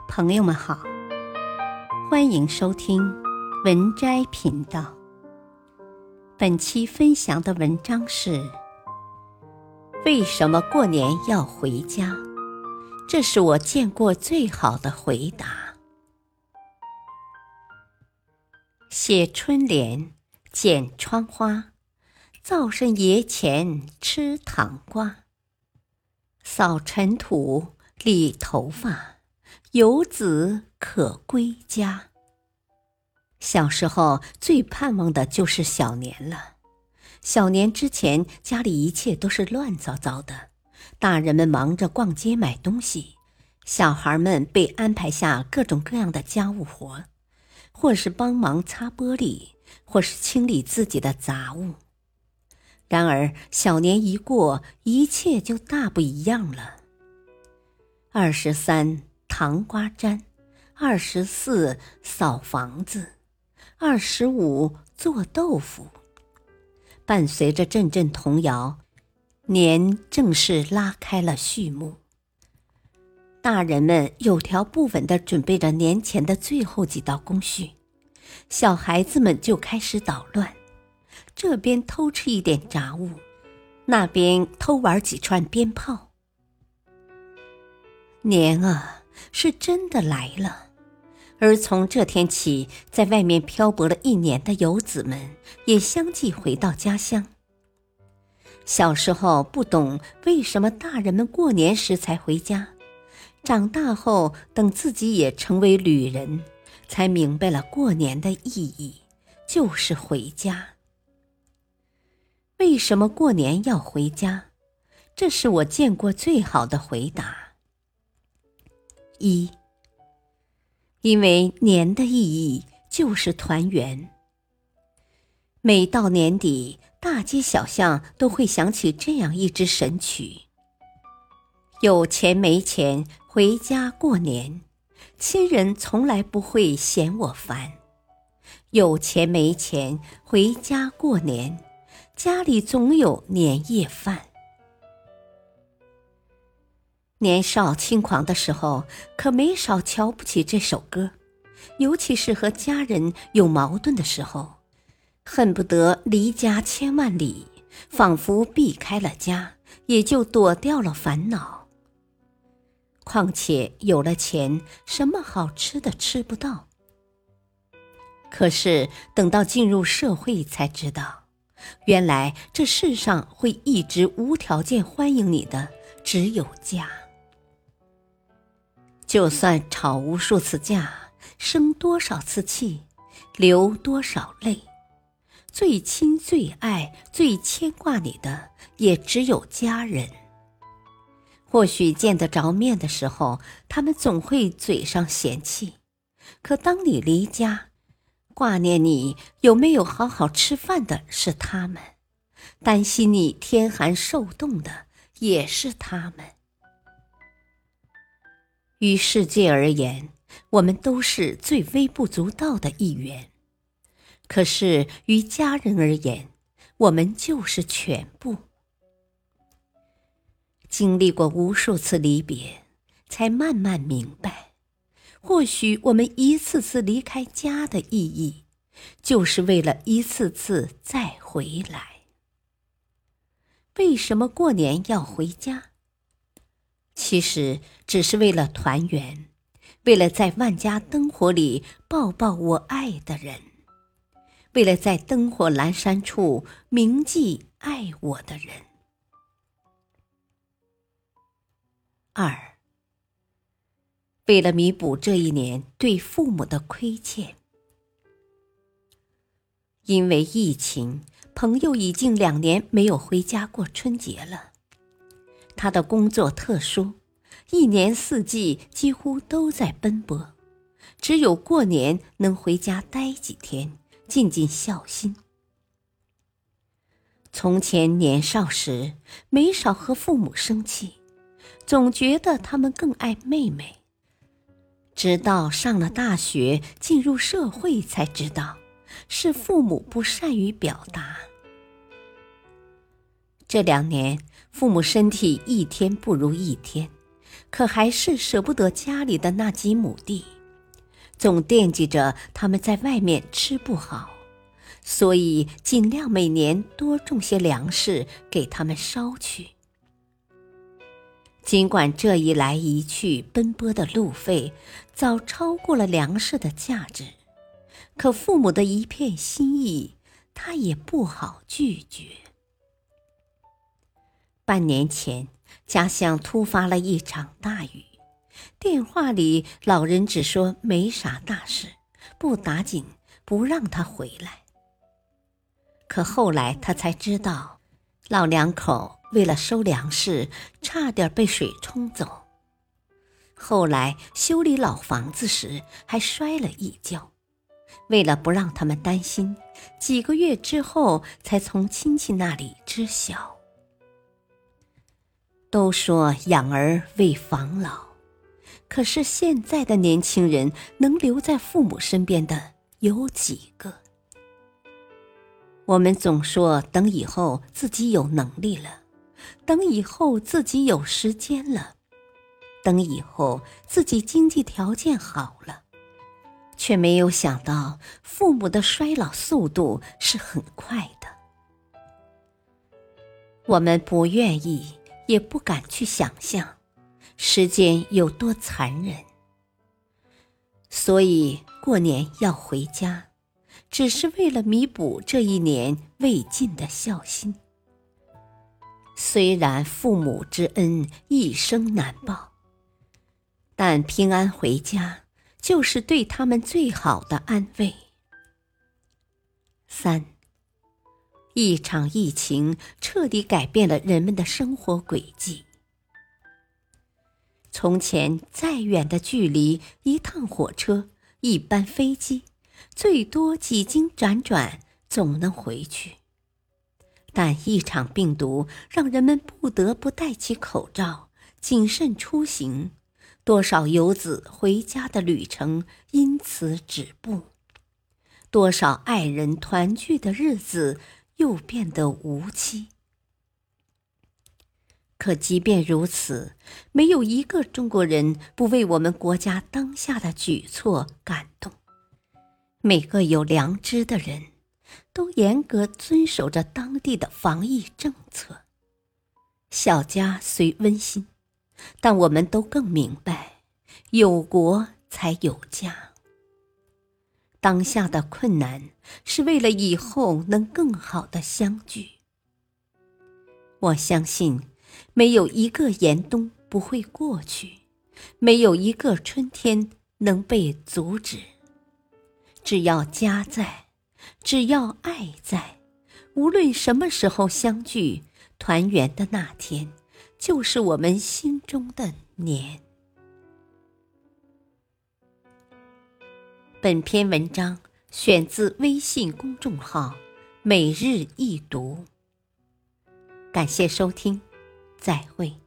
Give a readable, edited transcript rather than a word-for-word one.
朋友们好，欢迎收听文摘频道。本期分享的文章是：为什么过年要回家？这是我见过最好的回答。写春联，剪窗花，灶神爷前吃糖瓜。扫尘土，理头发，游子可归家。小时候最盼望的就是小年了。小年之前，家里一切都是乱糟糟的，大人们忙着逛街买东西，小孩们被安排下各种各样的家务活，或是帮忙擦玻璃，或是清理自己的杂物。然而小年一过，一切就大不一样了。23糖瓜粘，24扫房子，25做豆腐。伴随着阵阵童谣，年正式拉开了序幕。大人们有条不紊地准备着年前的最后几道工序，小孩子们就开始捣乱，这边偷吃一点杂物，那边偷玩几串鞭炮。年啊，是真的来了。而从这天起，在外面漂泊了一年的游子们也相继回到家乡。小时候不懂为什么大人们过年时才回家，长大后等自己也成为旅人，才明白了过年的意义，就是回家。为什么过年要回家？这是我见过最好的回答。1，因为年的意义就是团圆。每到年底，大街小巷都会响起这样一支神曲：有钱没钱回家过年，亲人从来不会嫌我烦。有钱没钱回家过年，家里总有年夜饭。年少轻狂的时候，可没少瞧不起这首歌，尤其是和家人有矛盾的时候，恨不得离家千万里，仿佛避开了家，也就躲掉了烦恼。况且有了钱，什么好吃的吃不到。可是等到进入社会才知道，原来这世上会一直无条件欢迎你的只有家。就算吵无数次架，生多少次气，流多少泪，最亲最爱最牵挂你的也只有家人。或许见得着面的时候，他们总会嘴上嫌弃，可当你离家，挂念你有没有好好吃饭的是他们，担心你天寒受冻的也是他们。于世界而言，我们都是最微不足道的一员，可是于家人而言，我们就是全部。经历过无数次离别，才慢慢明白，或许我们一次次离开家的意义，就是为了一次次再回来。为什么过年要回家？其实只是为了团圆，为了在万家灯火里抱抱我爱的人，为了在灯火阑珊处铭记爱我的人。2，为了弥补这一年对父母的亏欠。因为疫情，朋友已经2年没有回家过春节了。他的工作特殊，一年四季几乎都在奔波，只有过年能回家待几天，尽尽孝心。从前年少时，没少和父母生气，总觉得他们更爱妹妹。直到上了大学，进入社会才知道，是父母不善于表达。这2年，父母身体一天不如一天， 可还是舍不得家里的那几亩地，总惦记着他们在外面吃不好，所以尽量每年多种些粮食给他们捎去。尽管这一来一去奔波的路费早超过了粮食的价值，可父母的一片心意，他也不好拒绝。半年前，家乡突发了一场大雨，电话里老人只说没啥大事，不打紧，不让他回来。可后来他才知道，老两口为了收粮食，差点被水冲走。后来修理老房子时还摔了一跤，为了不让他们担心，几个月之后才从亲戚那里知晓。都说养儿为防老，可是现在的年轻人能留在父母身边的有几个？我们总说等以后自己有能力了，等以后自己有时间了，等以后自己经济条件好了，却没有想到父母的衰老速度是很快的。我们不愿意也不敢去想象时间有多残忍，所以过年要回家，只是为了弥补这一年未尽的孝心。虽然父母之恩一生难报，但平安回家就是对他们最好的安慰。3. 一场疫情彻底改变了人们的生活轨迹。从前再远的距离，一趟火车，一班飞机，最多几经辗转总能回去。但一场病毒让人们不得不戴起口罩，谨慎出行，多少游子回家的旅程因此止步，多少爱人团聚的日子又变得无期。可即便如此，没有一个中国人不为我们国家当下的举措感动。每个有良知的人都严格遵守着当地的防疫政策。小家虽温馨，但我们都更明白，有国才有家。当下的困难是为了以后能更好的相聚。我相信没有一个严冬不会过去，没有一个春天能被阻止。只要家在，只要爱在，无论什么时候相聚，团圆的那天就是我们心中的年。本篇文章选自微信公众号每日一读。感谢收听，再会。